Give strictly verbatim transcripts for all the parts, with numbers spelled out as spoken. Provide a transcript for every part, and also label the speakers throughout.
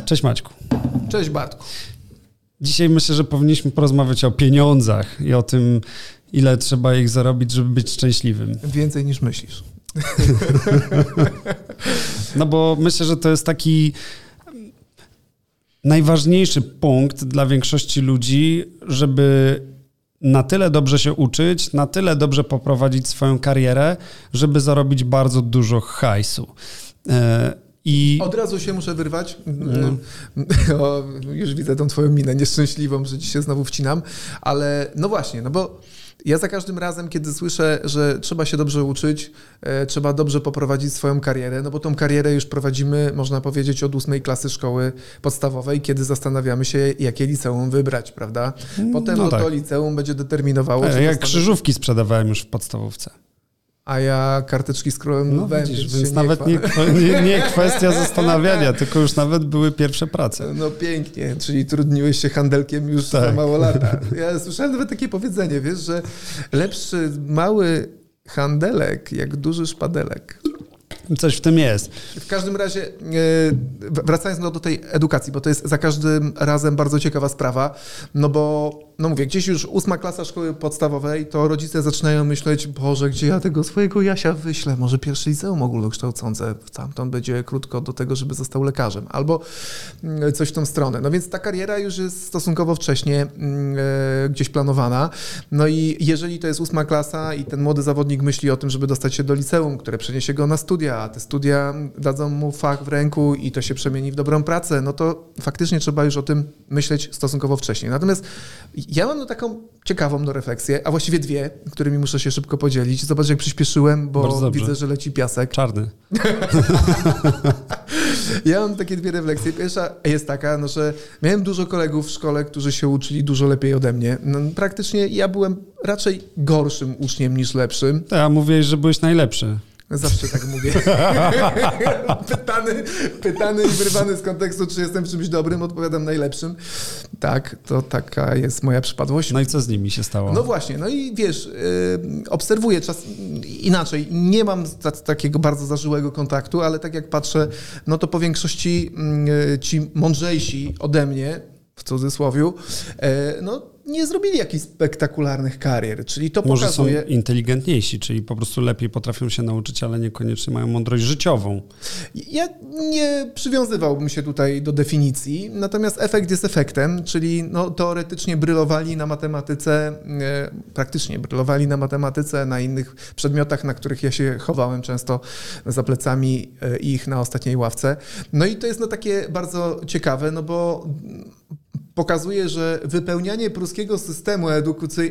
Speaker 1: Cześć Maćku.
Speaker 2: Cześć Bartku.
Speaker 1: Dzisiaj myślę, że powinniśmy porozmawiać o pieniądzach i o tym, ile trzeba ich zarobić, żeby być szczęśliwym.
Speaker 2: Więcej niż myślisz.
Speaker 1: No bo myślę, że to jest taki najważniejszy punkt dla większości ludzi, żeby na tyle dobrze się uczyć, na tyle dobrze poprowadzić swoją karierę, żeby zarobić bardzo dużo hajsu. I...
Speaker 2: Od razu się muszę wyrwać. No. O, już widzę tą twoją minę nieszczęśliwą, że ci się znowu wcinam, ale no właśnie, no bo ja za każdym razem, kiedy słyszę, że trzeba się dobrze uczyć, e, trzeba dobrze poprowadzić swoją karierę, no bo tą karierę już prowadzimy, można powiedzieć, od ósmej klasy szkoły podstawowej, kiedy zastanawiamy się, jakie liceum wybrać, prawda? Potem
Speaker 1: no
Speaker 2: to,
Speaker 1: tak.
Speaker 2: to liceum będzie determinowało...
Speaker 1: E,
Speaker 2: czy
Speaker 1: jak
Speaker 2: dostanę...
Speaker 1: krzyżówki sprzedawałem już w podstawówce.
Speaker 2: A ja karteczki z królem
Speaker 1: No
Speaker 2: węd,
Speaker 1: widzisz,
Speaker 2: więc,
Speaker 1: więc
Speaker 2: nie
Speaker 1: nawet nie, nie, nie kwestia zastanawiania, tylko już nawet były pierwsze prace.
Speaker 2: No pięknie, czyli trudniłeś się handelkiem już
Speaker 1: tak.
Speaker 2: za mało lata. Ja słyszałem nawet takie powiedzenie, wiesz, że lepszy mały handelek jak duży szpadelek.
Speaker 1: Coś w tym jest.
Speaker 2: W każdym razie, wracając do tej edukacji, bo to jest za każdym razem bardzo ciekawa sprawa, no bo, no mówię, gdzieś już ósma klasa szkoły podstawowej, to rodzice zaczynają myśleć, Boże, gdzie ja tego swojego Jasia wyślę? Może pierwsze liceum ogólnokształcące, tamtąd będzie krótko do tego, żeby został lekarzem, albo coś w tą stronę. No więc ta kariera już jest stosunkowo wcześnie gdzieś planowana. No i jeżeli to jest ósma klasa i ten młody zawodnik myśli o tym, żeby dostać się do liceum, które przeniesie go na studia, a te studia dadzą mu fach w ręku i to się przemieni w dobrą pracę, no to faktycznie trzeba już o tym myśleć stosunkowo wcześniej. Natomiast ja mam no taką ciekawą no refleksję, a właściwie dwie, którymi muszę się szybko podzielić. Zobacz, jak przyspieszyłem, bo widzę, że leci piasek.
Speaker 1: Czarny.
Speaker 2: Ja mam takie dwie refleksje. Pierwsza jest taka, no, że miałem dużo kolegów w szkole, którzy się uczyli dużo lepiej ode mnie. No, praktycznie ja byłem raczej gorszym uczniem niż lepszym.
Speaker 1: Ja mówiłeś, że byłeś najlepszy.
Speaker 2: Zawsze tak mówię. pytany, pytany i wyrwany z kontekstu, czy jestem w czymś dobrym, odpowiadam najlepszym. Tak, to taka jest moja przypadłość.
Speaker 1: No i co z nimi się stało?
Speaker 2: No właśnie, no i wiesz, yy, obserwuję czas inaczej. Nie mam t- takiego bardzo zażyłego kontaktu, ale tak jak patrzę, no to po większości yy, ci mądrzejsi ode mnie, w cudzysłowiu, yy, no nie zrobili jakichś spektakularnych karier, czyli to
Speaker 1: Może
Speaker 2: pokazuje...
Speaker 1: są inteligentniejsi, czyli po prostu lepiej potrafią się nauczyć, ale niekoniecznie mają mądrość życiową.
Speaker 2: Ja nie przywiązywałbym się tutaj do definicji, natomiast efekt jest efektem, czyli no, teoretycznie brylowali na matematyce, e, praktycznie brylowali na matematyce, na innych przedmiotach, na których ja się chowałem często za plecami e, ich na ostatniej ławce. No i to jest no takie bardzo ciekawe, no bo pokazuje, że wypełnianie pruskiego systemu edukacy...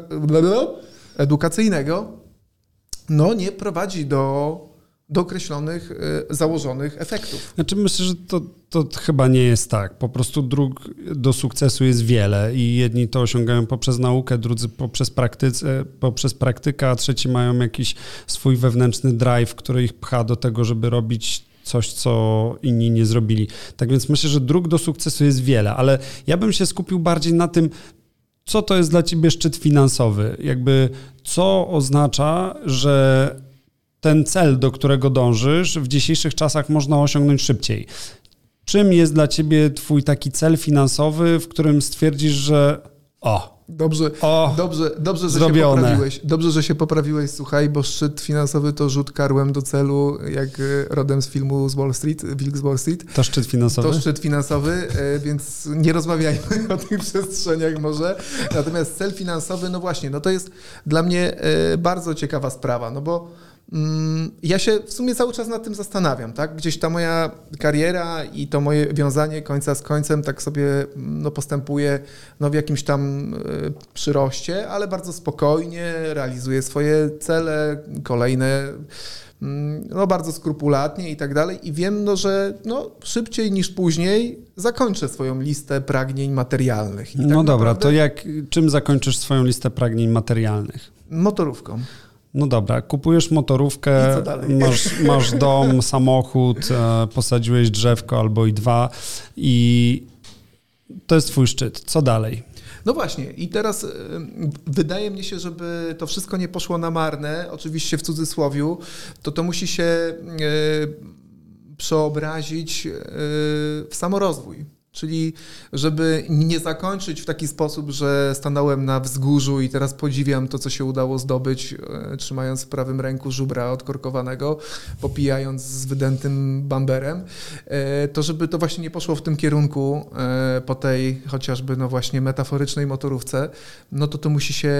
Speaker 2: edukacyjnego no, nie prowadzi do, do określonych, y, założonych efektów.
Speaker 1: Znaczy myślę, że to, to chyba nie jest tak. Po prostu dróg do sukcesu jest wiele i jedni to osiągają poprzez naukę, drudzy poprzez, praktyce, poprzez praktykę, a trzeci mają jakiś swój wewnętrzny drive, który ich pcha do tego, żeby robić coś, co inni nie zrobili. Tak więc myślę, że dróg do sukcesu jest wiele, ale ja bym się skupił bardziej na tym, co to jest dla ciebie szczyt finansowy. Jakby co oznacza, że ten cel, do którego dążysz, w dzisiejszych czasach można osiągnąć szybciej. Czym jest dla ciebie twój taki cel finansowy, w którym stwierdzisz, że o,
Speaker 2: Dobrze,
Speaker 1: o,
Speaker 2: dobrze, dobrze, że
Speaker 1: zrobione.
Speaker 2: się poprawiłeś. Dobrze, że się poprawiłeś, słuchaj, bo szczyt finansowy to rzut karłem do celu, jak rodem z filmu z Wall Street, Wilk z Wall Street.
Speaker 1: To szczyt finansowy?
Speaker 2: To szczyt finansowy, więc nie rozmawiajmy o tych przestrzeniach może. Natomiast cel finansowy, no właśnie, no to jest dla mnie bardzo ciekawa sprawa, no bo ja się w sumie cały czas nad tym zastanawiam, tak? Gdzieś ta moja kariera i to moje wiązanie końca z końcem tak sobie no, postępuje no, w jakimś tam przyroście, ale bardzo spokojnie, realizuję swoje cele, kolejne no, bardzo skrupulatnie i tak dalej i wiem, no, że no, szybciej niż później zakończę swoją listę pragnień materialnych. I
Speaker 1: no
Speaker 2: tak
Speaker 1: dobra,
Speaker 2: naprawdę...
Speaker 1: to jak, czym zakończysz swoją listę pragnień materialnych?
Speaker 2: Motorówką.
Speaker 1: No dobra, kupujesz motorówkę, masz, masz dom, samochód, e, posadziłeś drzewko albo i dwa i to jest twój szczyt. Co dalej?
Speaker 2: No właśnie i teraz y, wydaje mi się, żeby to wszystko nie poszło na marne, oczywiście w cudzysłowiu, to to musi się y, przeobrazić w samorozwój. Czyli żeby nie zakończyć w taki sposób, że stanąłem na wzgórzu i teraz podziwiam to, co się udało zdobyć, trzymając w prawym ręku żubra odkorkowanego, popijając z wydętym bamberem, to żeby to właśnie nie poszło w tym kierunku po tej chociażby no właśnie metaforycznej motorówce, no to to musi się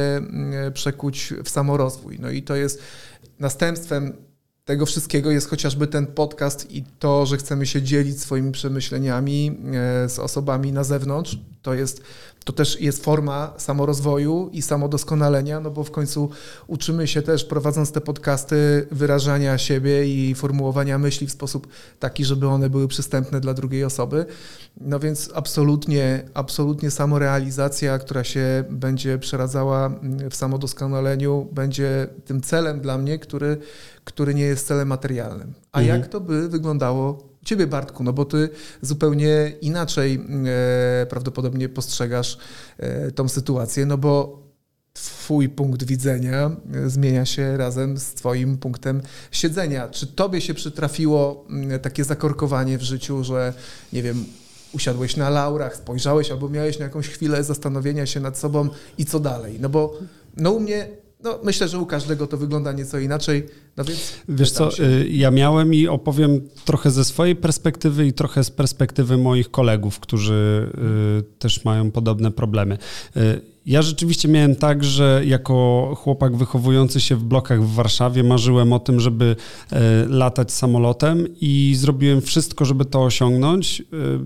Speaker 2: przekuć w samorozwój. No i to jest następstwem tego wszystkiego jest chociażby ten podcast i to, że chcemy się dzielić swoimi przemyśleniami z osobami na zewnątrz. To jest, to też jest forma samorozwoju i samodoskonalenia, no bo w końcu uczymy się też, prowadząc te podcasty, wyrażania siebie i formułowania myśli w sposób taki, żeby one były przystępne dla drugiej osoby. No więc absolutnie, absolutnie samorealizacja, która się będzie przeradzała w samodoskonaleniu, będzie tym celem dla mnie, który, który nie jest celem materialnym. A mhm. jak to by wyglądało u Ciebie, Bartku? No bo Ty zupełnie inaczej e, prawdopodobnie postrzegasz e, tą sytuację, no bo Twój punkt widzenia zmienia się razem z Twoim punktem siedzenia. Czy Tobie się przytrafiło takie zakorkowanie w życiu, że nie wiem, usiadłeś na laurach, spojrzałeś albo miałeś na jakąś chwilę zastanowienia się nad sobą i co dalej? No bo no u mnie, no myślę, że u każdego to wygląda nieco inaczej, no więc...
Speaker 1: Wiesz co, się. ja miałem i opowiem trochę ze swojej perspektywy i trochę z perspektywy moich kolegów, którzy y, też mają podobne problemy. Y, Ja rzeczywiście miałem tak, że jako chłopak wychowujący się w blokach w Warszawie marzyłem o tym, żeby latać samolotem i zrobiłem wszystko, żeby to osiągnąć.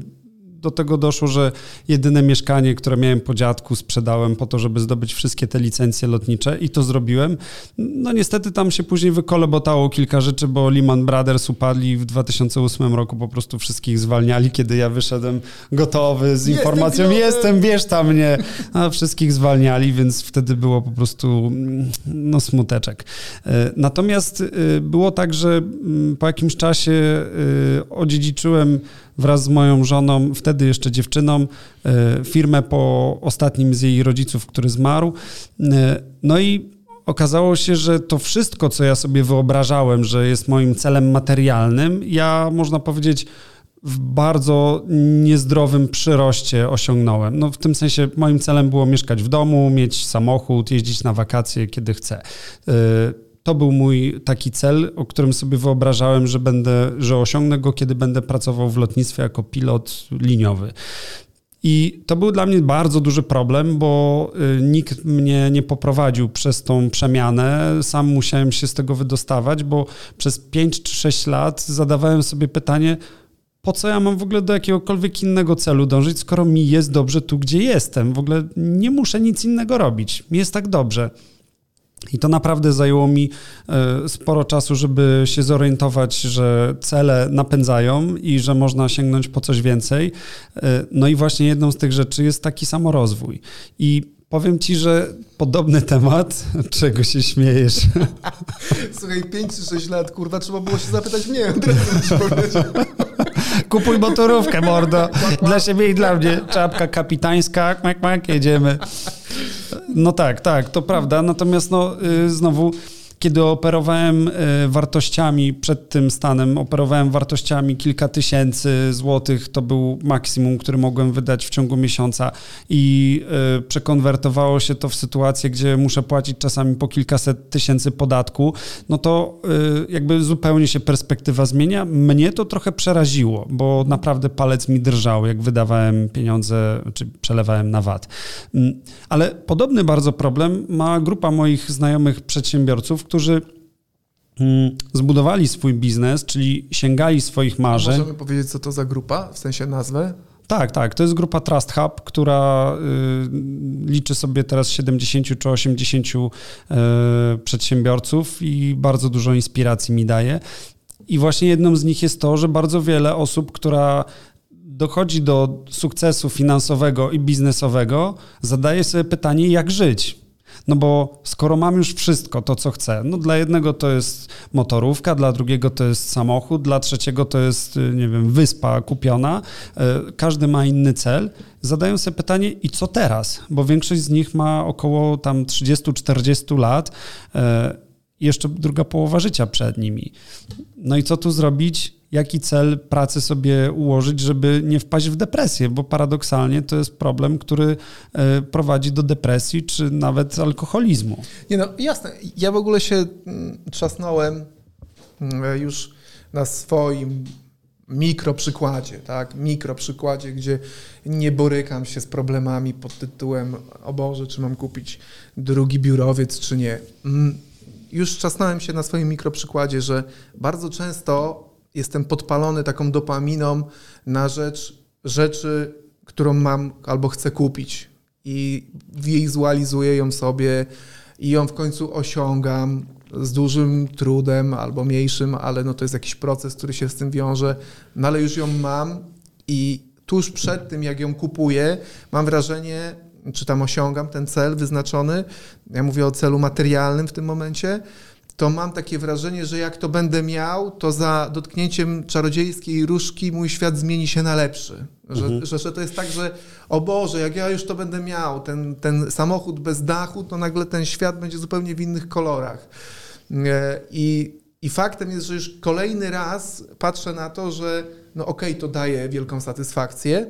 Speaker 1: Do tego doszło, że jedyne mieszkanie, które miałem po dziadku, sprzedałem po to, żeby zdobyć wszystkie te licencje lotnicze i to zrobiłem. No niestety tam się później wykolebotało kilka rzeczy, bo Lehman Brothers upadli w dwa tysiące ósmym roku, po prostu wszystkich zwalniali, kiedy ja wyszedłem gotowy z informacją, jestem, jestem bierz tam mnie, a wszystkich zwalniali, więc wtedy było po prostu no smuteczek. Natomiast było tak, że po jakimś czasie odziedziczyłem wraz z moją żoną, wtedy jeszcze dziewczyną, firmę po ostatnim z jej rodziców, który zmarł. No i okazało się, że to wszystko, co ja sobie wyobrażałem, że jest moim celem materialnym, ja, można powiedzieć, w bardzo niezdrowym przyroście osiągnąłem. No w tym sensie moim celem było mieszkać w domu, mieć samochód, jeździć na wakacje, kiedy chcę. To był mój taki cel, o którym sobie wyobrażałem, że będę, że osiągnę go, kiedy będę pracował w lotnictwie jako pilot liniowy. I to był dla mnie bardzo duży problem, bo nikt mnie nie poprowadził przez tą przemianę. Sam musiałem się z tego wydostawać, bo przez pięć czy sześć lat zadawałem sobie pytanie, po co ja mam w ogóle do jakiegokolwiek innego celu dążyć, skoro mi jest dobrze tu, gdzie jestem. W ogóle nie muszę nic innego robić. Mi jest tak dobrze. I to naprawdę zajęło mi sporo czasu, żeby się zorientować, że cele napędzają i że można sięgnąć po coś więcej. No i właśnie jedną z tych rzeczy jest taki samorozwój. I powiem Ci, że podobny temat, czego się śmiejesz?
Speaker 2: Słuchaj, pięć czy sześć lat, kurwa, trzeba było się zapytać mnie, od razu ci powiedział.
Speaker 1: Kupuj motorówkę, mordo, dla siebie i dla mnie. Czapka kapitańska, mak, mak, jedziemy. No tak, tak, to prawda, natomiast no yy, znowu, kiedy operowałem y, wartościami przed tym stanem, operowałem wartościami kilka tysięcy złotych, to był maksimum, który mogłem wydać w ciągu miesiąca i y, przekonwertowało się to w sytuację, gdzie muszę płacić czasami po kilkaset tysięcy podatku, no to y, jakby zupełnie się perspektywa zmienia. Mnie to trochę przeraziło, bo naprawdę palec mi drżał, jak wydawałem pieniądze, czy przelewałem na V A T. Ale podobny bardzo problem ma grupa moich znajomych przedsiębiorców, którzy zbudowali swój biznes, czyli sięgali swoich marzeń.
Speaker 2: Możemy powiedzieć, co to za grupa, w sensie nazwę?
Speaker 1: Tak, tak. To jest grupa Trust Hub, która y, liczy sobie teraz siedemdziesięciu czy osiemdziesięciu y, przedsiębiorców i bardzo dużo inspiracji mi daje. I właśnie jedną z nich jest to, że bardzo wiele osób, która dochodzi do sukcesu finansowego i biznesowego, zadaje sobie pytanie, jak żyć. No bo skoro mam już wszystko, to co chcę, no dla jednego to jest motorówka, dla drugiego to jest samochód, dla trzeciego to jest, nie wiem, wyspa kupiona, każdy ma inny cel, zadają sobie pytanie, i co teraz? Bo większość z nich ma około tam trzydzieści czterdzieści lat, jeszcze druga połowa życia przed nimi. No i co tu zrobić, jaki cel pracy sobie ułożyć, żeby nie wpaść w depresję, bo paradoksalnie to jest problem, który prowadzi do depresji czy nawet alkoholizmu.
Speaker 2: Nie no, jasne. Ja w ogóle się trzasnąłem już na swoim mikroprzykładzie, tak? Mikroprzykładzie, gdzie nie borykam się z problemami pod tytułem o Boże, czy mam kupić drugi biurowiec, czy nie. Już trzasnąłem się na swoim mikroprzykładzie, że bardzo często jestem podpalony taką dopaminą na rzecz rzeczy, którą mam albo chcę kupić i wizualizuję ją sobie i ją w końcu osiągam z dużym trudem albo mniejszym, ale no to jest jakiś proces, który się z tym wiąże, no ale już ją mam i tuż przed tym, jak ją kupuję, mam wrażenie, czy tam osiągam ten cel wyznaczony, ja mówię o celu materialnym w tym momencie, to mam takie wrażenie, że jak to będę miał, to za dotknięciem czarodziejskiej różdżki mój świat zmieni się na lepszy. Że, mhm. że, że to jest tak, że o Boże, jak ja już to będę miał, ten, ten samochód bez dachu, to nagle ten świat będzie zupełnie w innych kolorach. I, i faktem jest, że już kolejny raz patrzę na to, że no okej, okay, to daje wielką satysfakcję,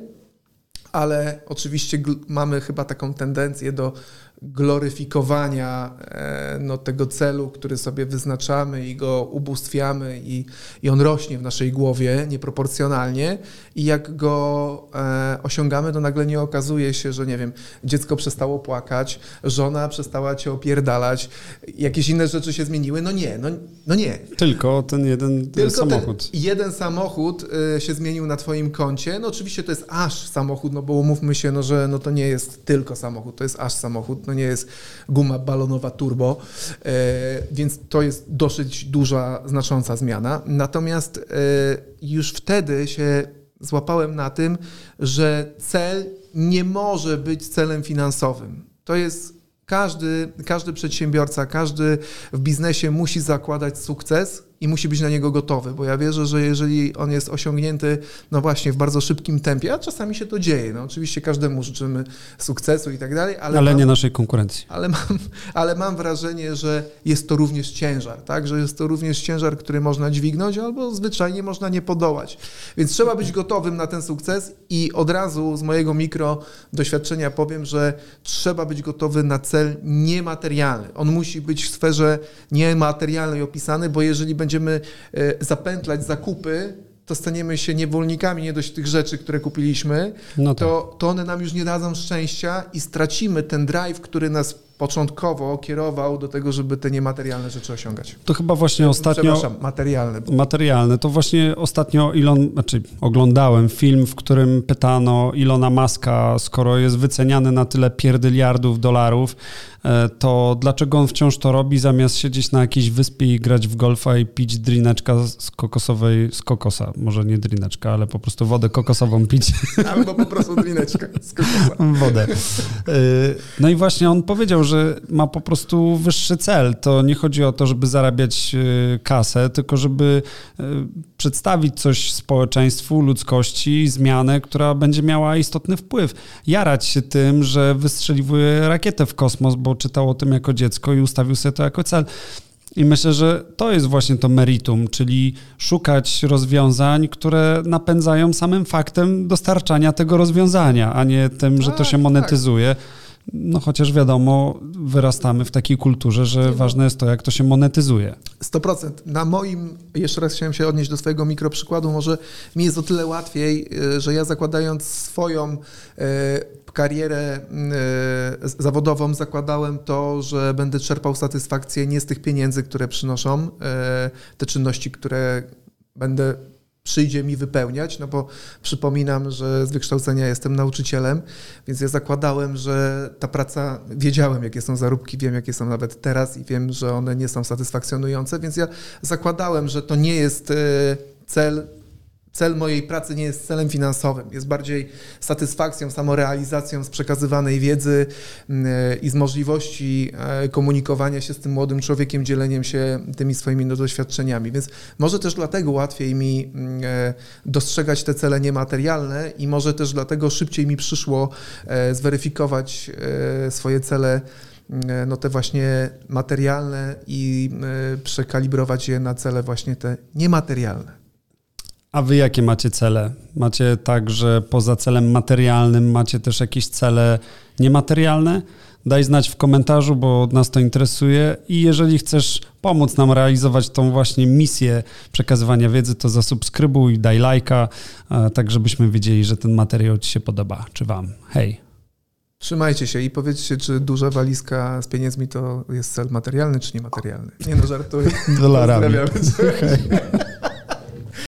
Speaker 2: ale oczywiście gl- mamy chyba taką tendencję do gloryfikowania e, no, tego celu, który sobie wyznaczamy i go ubóstwiamy i, i on rośnie w naszej głowie nieproporcjonalnie i jak go e, osiągamy, to nagle nie okazuje się, że nie wiem, dziecko przestało płakać, żona przestała cię opierdalać, jakieś inne rzeczy się zmieniły. No nie, no, no nie.
Speaker 1: Tylko ten jeden
Speaker 2: Tylko
Speaker 1: samochód.
Speaker 2: Ten jeden samochód y, się zmienił na twoim koncie. No oczywiście to jest aż samochód, no bo umówmy się, no, że no, to nie jest tylko samochód, to jest aż samochód. No nie jest guma balonowa turbo, e, więc to jest dosyć duża, znacząca zmiana. Natomiast e, już wtedy się złapałem na tym, że cel nie może być celem finansowym. To jest każdy, każdy przedsiębiorca, każdy w biznesie musi zakładać sukces i musi być na niego gotowy, bo ja wierzę, że jeżeli on jest osiągnięty no właśnie w bardzo szybkim tempie, a czasami się to dzieje, no oczywiście każdemu życzymy sukcesu i tak dalej, ale,
Speaker 1: ale
Speaker 2: mam,
Speaker 1: nie naszej konkurencji.
Speaker 2: Ale mam, ale mam wrażenie, że jest to również ciężar, tak, że jest to również ciężar, który można dźwignąć albo zwyczajnie można nie podołać. Więc trzeba być gotowym na ten sukces i od razu z mojego mikro doświadczenia powiem, że trzeba być gotowy na cel niematerialny. On musi być w sferze niematerialnej opisany, bo jeżeli będzie będziemy zapętlać zakupy, to staniemy się niewolnikami nie dość tych rzeczy, które kupiliśmy, no tak. to, to one nam już nie dadzą szczęścia i stracimy ten drive, który nas początkowo kierował do tego, żeby te niematerialne rzeczy osiągać.
Speaker 1: To chyba właśnie ostatnio...
Speaker 2: Przepraszam, materialne. Bo...
Speaker 1: Materialne. To właśnie ostatnio Elon, znaczy oglądałem film, w którym pytano Elona Muska, skoro jest wyceniany na tyle pierdyliardów dolarów, to dlaczego on wciąż to robi, zamiast siedzieć na jakiejś wyspie i grać w golfa i pić drineczka z kokosowej, z kokosa. Może nie drineczka, ale po prostu wodę kokosową pić.
Speaker 2: Albo po prostu drineczka z kokosa.
Speaker 1: Wodę. No i właśnie on powiedział, że ma po prostu wyższy cel. To nie chodzi o to, żeby zarabiać kasę, tylko żeby przedstawić coś społeczeństwu, ludzkości, zmianę, która będzie miała istotny wpływ. Jarać się tym, że wystrzeliwuje rakietę w kosmos, bo czytał o tym jako dziecko i ustawił sobie to jako cel. I myślę, że to jest właśnie to meritum, czyli szukać rozwiązań, które napędzają samym faktem dostarczania tego rozwiązania, a nie tym, że to się monetyzuje. No chociaż wiadomo, wyrastamy w takiej kulturze, że ważne jest to, jak to się monetyzuje.
Speaker 2: sto procent. Na moim, jeszcze raz chciałem się odnieść do swojego mikroprzykładu, może mi jest o tyle łatwiej, że ja zakładając swoją karierę zawodową, zakładałem to, że będę czerpał satysfakcję nie z tych pieniędzy, które przynoszą te czynności, które będę przyjdzie mi wypełniać, no bo przypominam, że z wykształcenia jestem nauczycielem, więc ja zakładałem, że ta praca, wiedziałem jakie są zarobki, wiem jakie są nawet teraz i wiem, że one nie są satysfakcjonujące, więc ja zakładałem, że to nie jest cel, cel mojej pracy nie jest celem finansowym, jest bardziej satysfakcją, samorealizacją z przekazywanej wiedzy i z możliwości komunikowania się z tym młodym człowiekiem, dzieleniem się tymi swoimi doświadczeniami. Więc może też dlatego łatwiej mi dostrzegać te cele niematerialne i może też dlatego szybciej mi przyszło zweryfikować swoje cele, no te właśnie materialne i przekalibrować je na cele właśnie te niematerialne.
Speaker 1: A wy jakie macie cele? Macie tak, że poza celem materialnym macie też jakieś cele niematerialne? Daj znać w komentarzu, bo nas to interesuje i jeżeli chcesz pomóc nam realizować tą właśnie misję przekazywania wiedzy, to zasubskrybuj, daj lajka, tak żebyśmy wiedzieli, że ten materiał ci się podoba, czy wam. Hej!
Speaker 2: Trzymajcie się i powiedzcie, czy duża walizka z pieniędzmi to jest cel materialny, czy niematerialny. Nie no, żartuję.
Speaker 1: Dolarami.
Speaker 2: Pozdrawiamy.
Speaker 1: Hej.